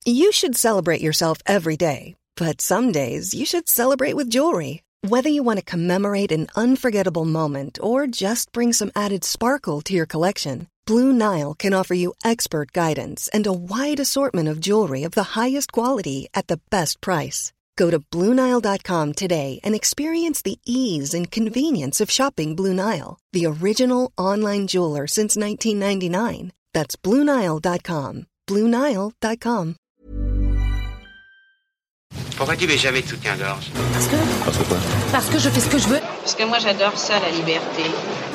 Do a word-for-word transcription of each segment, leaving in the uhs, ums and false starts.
You should celebrate yourself every day, but some days you should celebrate with jewelry. Whether you want to commemorate an unforgettable moment or just bring some added sparkle to your collection, Blue Nile can offer you expert guidance and a wide assortment of jewelry of the highest quality at the best price. Go to Blue Nile dot com today and experience the ease and convenience of shopping Blue Nile, the original online jeweler since nineteen ninety-nine. That's Blue Nile dot com. Blue Nile dot com. Pourquoi tu mets jamais de soutien-gorge ? Parce que... Parce que quoi ? Parce que je fais ce que je veux. Parce que moi j'adore ça, la liberté.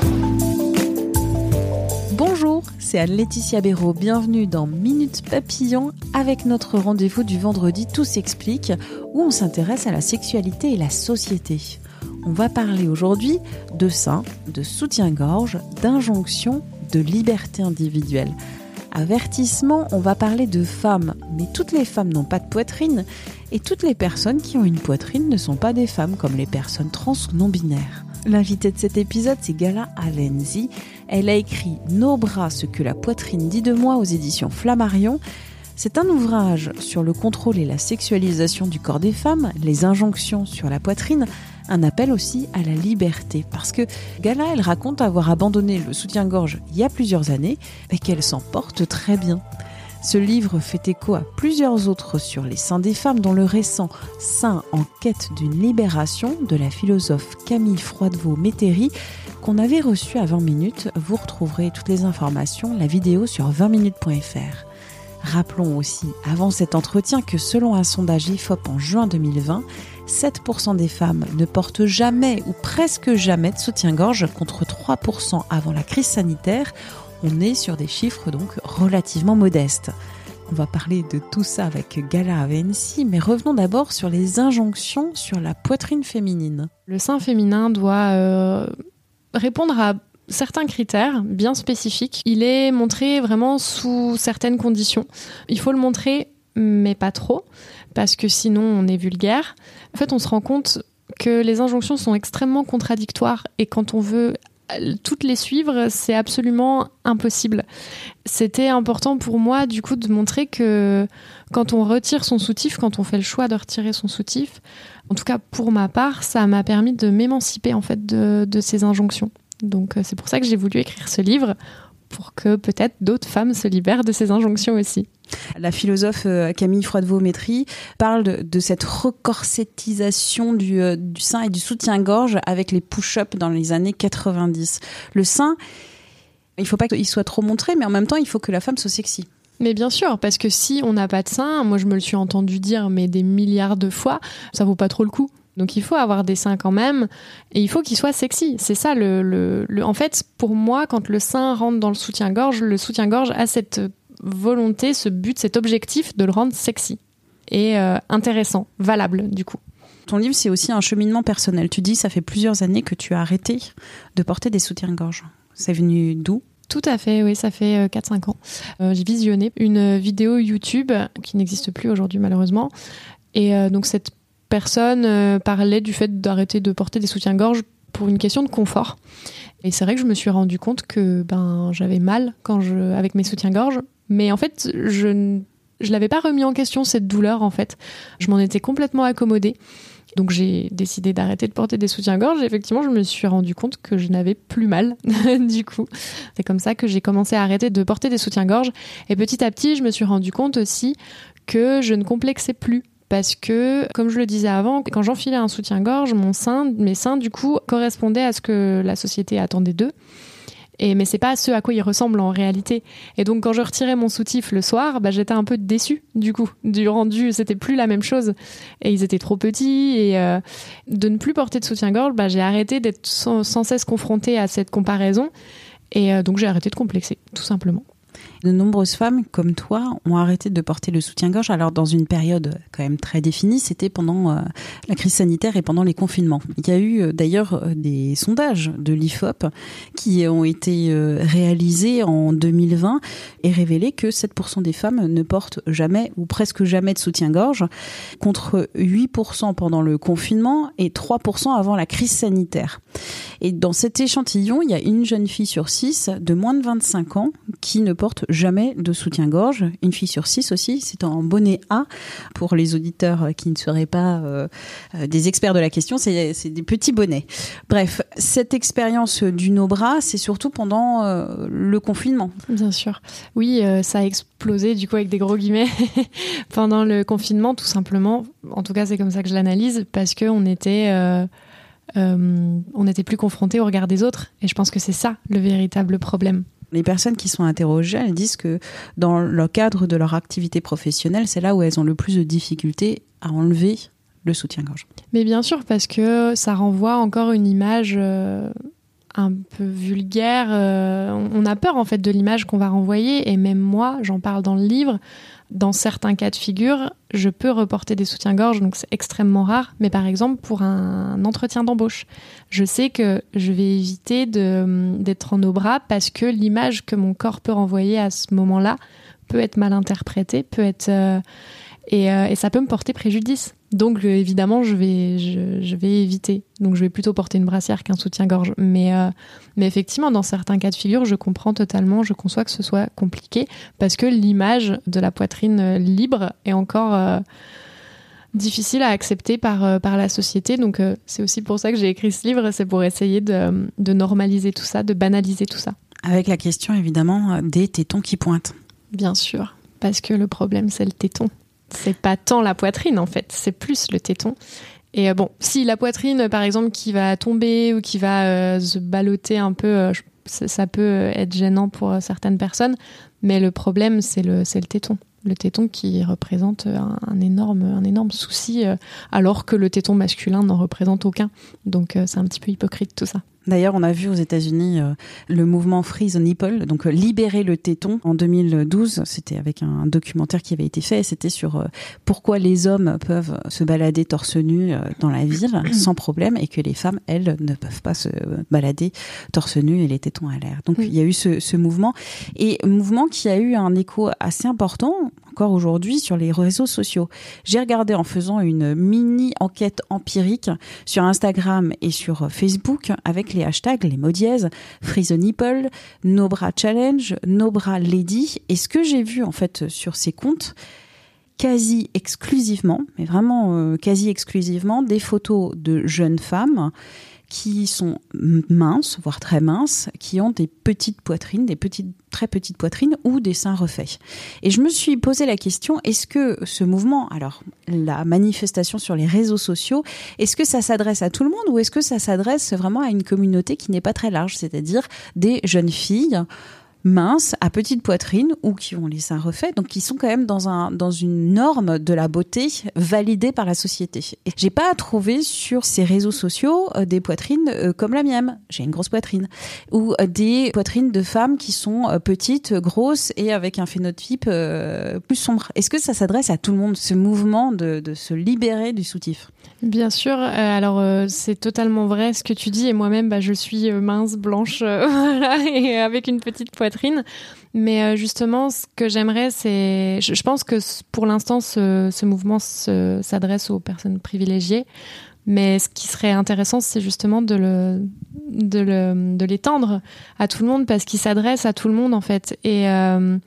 Bonjour, c'est Anne-Laetitia Béraud. Bienvenue dans Minute Papillon avec notre rendez-vous du vendredi Tout s'explique où on s'intéresse à la sexualité et la société. On va parler aujourd'hui de seins, de soutien-gorge, d'injonctions, de liberté individuelle. Avertissement, on va parler de femmes, mais toutes les femmes n'ont pas de poitrine et toutes les personnes qui ont une poitrine ne sont pas des femmes comme les personnes trans ou non-binaires. L'invitée de cet épisode, c'est Gala Avenzi. Elle a écrit « Nos bras, ce que la poitrine dit de moi » aux éditions Flammarion. C'est un ouvrage sur le contrôle et la sexualisation du corps des femmes, les injonctions sur la poitrine, un appel aussi à la liberté. Parce que Gala, elle raconte avoir abandonné le soutien-gorge il y a plusieurs années et qu'elle s'en porte très bien. Ce livre fait écho à plusieurs autres sur les seins des femmes, dont le récent « Seins en quête d'une libération » de la philosophe Camille Froidevaux-Métairie, qu'on avait reçu à vingt minutes. Vous retrouverez toutes les informations, la vidéo sur vingt minutes point f r. Rappelons aussi, avant cet entretien, que selon un sondage I F O P en juin deux mille vingt, sept pour cent des femmes ne portent jamais ou presque jamais de soutien-gorge contre trois pour cent avant la crise sanitaire. On est sur des chiffres donc relativement modestes. On va parler de tout ça avec Gala Avenzi, mais revenons d'abord sur les injonctions sur la poitrine féminine. Le sein féminin doit euh, répondre à certains critères bien spécifiques. Il est montré vraiment sous certaines conditions. Il faut le montrer, mais pas trop, parce que sinon on est vulgaire. En fait, on se rend compte que les injonctions sont extrêmement contradictoires et quand on veut toutes les suivre, c'est absolument impossible. C'était important pour moi, du coup, de montrer que quand on retire son soutif, quand on fait le choix de retirer son soutif, en tout cas pour ma part, ça m'a permis de m'émanciper en fait de, de ces injonctions. Donc c'est pour ça que j'ai voulu écrire ce livre, pour que peut-être d'autres femmes se libèrent de ces injonctions aussi. La philosophe Camille Froidevaux-Métairie parle de, de cette recorsettisation du, du sein et du soutien-gorge avec les push-ups dans les années quatre-vingt-dix. Le sein, il ne faut pas qu'il soit trop montré, mais en même temps, il faut que la femme soit sexy. Mais bien sûr, parce que si on n'a pas de sein, moi je me le suis entendu dire mais des milliards de fois, ça vaut pas trop le coup. Donc il faut avoir des seins quand même, et il faut qu'ils soient sexy. C'est ça le, le, le... En fait, pour moi, quand le sein rentre dans le soutien-gorge, le soutien-gorge a cette volonté, ce but, cet objectif de le rendre sexy et euh, intéressant, valable du coup. Ton livre, c'est aussi un cheminement personnel. Tu dis, ça fait plusieurs années que tu as arrêté de porter des soutiens-gorge. C'est venu d'où ? Tout à fait, oui, ça fait quatre cinq ans. Euh, j'ai visionné une vidéo YouTube qui n'existe plus aujourd'hui malheureusement. Et euh, donc cette personne euh, parlait du fait d'arrêter de porter des soutiens-gorge pour une question de confort. Et c'est vrai que je me suis rendu compte que ben, j'avais mal quand je, avec mes soutiens-gorge. Mais en fait, je ne je l'avais pas remis en question, cette douleur, en fait. Je m'en étais complètement accommodée. Donc j'ai décidé d'arrêter de porter des soutiens-gorge. Et effectivement, je me suis rendu compte que je n'avais plus mal, du coup. C'est comme ça que j'ai commencé à arrêter de porter des soutiens-gorge. Et petit à petit, je me suis rendu compte aussi que je ne complexais plus. Parce que, comme je le disais avant, quand j'enfilais un soutien-gorge, mon sein, mes seins, du coup, correspondaient à ce que la société attendait d'eux. Et, mais c'est pas ce à quoi ils ressemblent en réalité. Et donc, quand je retirais mon soutif le soir, bah, j'étais un peu déçue, du coup, du rendu. C'était plus la même chose. Et ils étaient trop petits. Et euh, de ne plus porter de soutien-gorge, bah, j'ai arrêté d'être sans, sans cesse confrontée à cette comparaison. Et euh, donc, j'ai arrêté de complexer, tout simplement. De nombreuses femmes, comme toi, ont arrêté de porter le soutien-gorge. Alors, dans une période quand même très définie, c'était pendant euh, la crise sanitaire et pendant les confinements. Il y a eu euh, d'ailleurs euh, des sondages de l'I F O P qui ont été euh, réalisés en deux mille vingt et révélé que sept pour cent des femmes ne portent jamais ou presque jamais de soutien-gorge, contre huit pour cent pendant le confinement et trois pour cent avant la crise sanitaire. Et dans cet échantillon, il y a une jeune fille sur six de moins de vingt-cinq ans qui ne porte jamais de soutien-gorge. Une fille sur six aussi, c'est en bonnet A. Pour les auditeurs qui ne seraient pas euh, des experts de la question, c'est, c'est des petits bonnets. Bref, cette expérience du no-bras, c'est surtout pendant euh, le confinement. Bien sûr. Oui, euh, ça a explosé du coup avec des gros guillemets pendant le confinement, tout simplement. En tout cas, c'est comme ça que je l'analyse, parce qu'on était... Euh, euh, on n'était plus confrontés au regard des autres. Et je pense que c'est ça le véritable problème. Les personnes qui sont interrogées, elles disent que dans le cadre de leur activité professionnelle, c'est là où elles ont le plus de difficultés à enlever le soutien-gorge. Mais bien sûr, parce que ça renvoie encore une image euh, un peu vulgaire. Euh, on a peur en fait de l'image qu'on va renvoyer. Et même moi, j'en parle dans le livre, dans certains cas de figure, je peux reporter des soutiens-gorge, donc c'est extrêmement rare. Mais par exemple, pour un entretien d'embauche, je sais que je vais éviter de, d'être en no-bras parce que l'image que mon corps peut renvoyer à ce moment-là peut être mal interprétée, peut être... Euh, et, euh, et ça peut me porter préjudice. Donc euh, évidemment, je vais, je, je vais éviter. Donc je vais plutôt porter une brassière qu'un soutien-gorge. Mais, euh, mais effectivement, dans certains cas de figure, je comprends totalement, je conçois que ce soit compliqué parce que l'image de la poitrine libre est encore euh, difficile à accepter par, euh, par la société. Donc euh, c'est aussi pour ça que j'ai écrit ce livre, c'est pour essayer de, de normaliser tout ça, de banaliser tout ça. Avec la question évidemment des tétons qui pointent. Bien sûr, parce que le problème c'est le téton. C'est pas tant la poitrine en fait, c'est plus le téton. Et euh, bon, si la poitrine par exemple qui va tomber ou qui va euh, se balloter un peu, euh, ça, ça peut être gênant pour euh, certaines personnes, mais le problème c'est le, c'est le téton. Le téton qui représente un, un, énorme, un énorme souci, euh, alors que le téton masculin n'en représente aucun. Donc euh, c'est un petit peu hypocrite tout ça. D'ailleurs, on a vu aux États-Unis euh, le mouvement Free the Nipple, donc euh, libérer le téton en deux mille douze. C'était avec un, un documentaire qui avait été fait. Et c'était sur euh, pourquoi les hommes peuvent se balader torse nu euh, dans la ville sans problème et que les femmes, elles, ne peuvent pas se balader torse nu et les tétons à l'air. Donc, oui. Il y a eu ce, ce mouvement et mouvement qui a eu un écho assez important encore aujourd'hui sur les réseaux sociaux. J'ai regardé en faisant une mini enquête empirique sur Instagram et sur Facebook avec les hashtags, les mots dièses, Free the Nipple, No Bra Challenge, No Bra Lady. Et ce que j'ai vu en fait sur ces comptes, quasi exclusivement, mais vraiment euh, quasi exclusivement, des photos de jeunes femmes qui sont minces, voire très minces, qui ont des petites poitrines, des petites, très petites poitrines ou des seins refaits. Et je me suis posé la question, est-ce que ce mouvement, alors la manifestation sur les réseaux sociaux, est-ce que ça s'adresse à tout le monde ou est-ce que ça s'adresse vraiment à une communauté qui n'est pas très large, c'est-à-dire des jeunes filles minces, à petite poitrine ou qui ont les seins refaits, donc qui sont quand même dans un dans une norme de la beauté validée par la société. Et j'ai pas trouvé sur ces réseaux sociaux euh, des poitrines euh, comme la mienne, j'ai une grosse poitrine, ou euh, des poitrines de femmes qui sont euh, petites, grosses et avec un phénotype euh, plus sombre. Est-ce que ça s'adresse à tout le monde, ce mouvement de, de se libérer du soutif ? Bien sûr, euh, alors euh, c'est totalement vrai ce que tu dis et moi-même bah, je suis euh, mince, blanche, euh, voilà, et avec une petite poitrine. Mais euh, justement, ce que j'aimerais, c'est... Je, je pense que pour l'instant, ce, ce mouvement se, s'adresse aux personnes privilégiées. Mais ce qui serait intéressant, c'est justement de, le, de, le, de l'étendre à tout le monde parce qu'il s'adresse à tout le monde en fait. Et... Euh,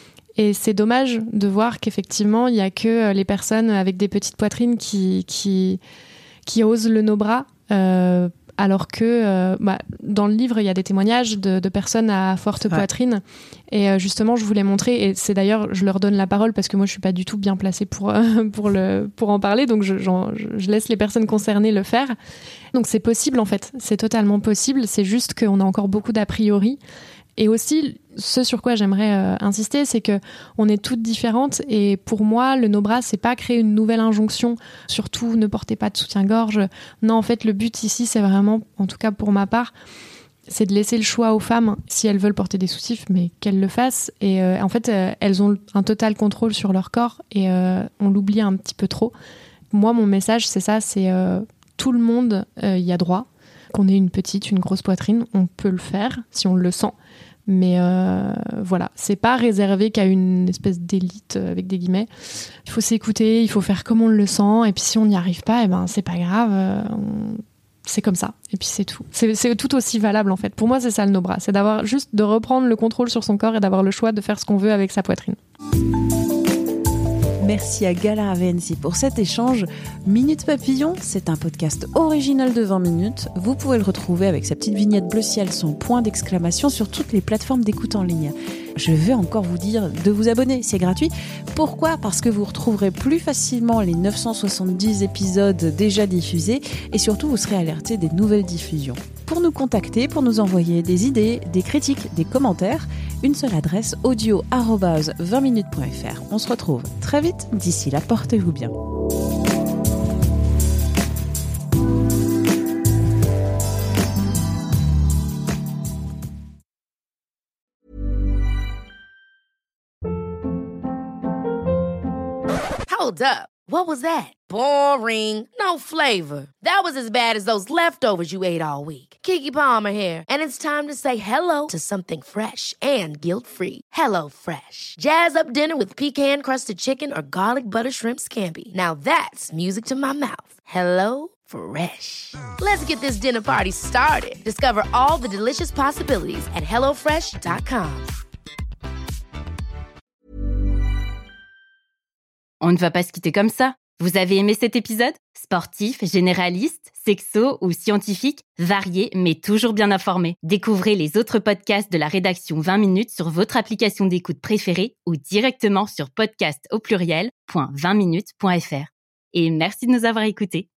Et c'est dommage de voir qu'effectivement, il n'y a que les personnes avec des petites poitrines qui, qui, qui osent le no-bras, euh, alors que euh, bah, dans le livre, il y a des témoignages de, de personnes à forte ouais. poitrine. Et euh, justement, je voulais montrer, et c'est d'ailleurs, je leur donne la parole parce que moi, je ne suis pas du tout bien placée pour, euh, pour, le, pour en parler, donc je, j'en, je laisse les personnes concernées le faire. Donc c'est possible en fait, c'est totalement possible, c'est juste qu'on a encore beaucoup d'a priori. Et aussi, ce sur quoi j'aimerais euh, insister, c'est que on est toutes différentes. Et pour moi, le no-bras, c'est pas créer une nouvelle injonction. Surtout, ne portez pas de soutien-gorge. Non, en fait, le but ici, c'est vraiment, en tout cas pour ma part, c'est de laisser le choix aux femmes, si elles veulent porter des soutifs, mais qu'elles le fassent. Et euh, en fait, euh, elles ont un total contrôle sur leur corps et euh, on l'oublie un petit peu trop. Moi, mon message, c'est ça, c'est euh, tout le monde euh, y a droit. Qu'on ait une petite, une grosse poitrine, on peut le faire si on le sent. Mais euh, voilà, c'est pas réservé qu'à une espèce d'élite avec des guillemets. Il faut s'écouter, il faut faire comme on le sent, et puis si on n'y arrive pas, eh ben c'est pas grave. On... c'est comme ça. Et puis c'est tout. C'est, c'est tout aussi valable en fait. Pour moi, c'est ça le no bra. C'est d'avoir juste de reprendre le contrôle sur son corps et d'avoir le choix de faire ce qu'on veut avec sa poitrine. Merci à Gala Avensi pour cet échange. Minute Papillon, c'est un podcast original de vingt minutes. Vous pouvez le retrouver avec sa petite vignette bleu ciel, son point d'exclamation sur toutes les plateformes d'écoute en ligne. Je vais encore vous dire de vous abonner, c'est gratuit. Pourquoi ? Parce que vous retrouverez plus facilement les neuf cent soixante-dix épisodes déjà diffusés et surtout vous serez alerté des nouvelles diffusions. Pour nous contacter, pour nous envoyer des idées, des critiques, des commentaires, une seule adresse audio arobase vingt minutes point f r. On se retrouve très vite. D'ici là, portez-vous bien. Hold up. What was that? Boring. No flavor. That was as bad as those leftovers you ate all week. Keke Palmer here, and it's time to say hello to something fresh and guilt-free. Hello Fresh. Jazz up dinner with pecan-crusted chicken or garlic butter shrimp scampi. Now that's music to my mouth. Hello Fresh. Let's get this dinner party started. Discover all the delicious possibilities at hello fresh dot com. On ne va pas se quitter comme ça. Vous avez aimé cet épisode ? Sportif, généraliste, sexo ou scientifique, varié mais toujours bien informé. Découvrez les autres podcasts de la rédaction vingt minutes sur votre application d'écoute préférée ou directement sur podcast au pluriel point vingt minutes point f r. Et merci de nous avoir écoutés.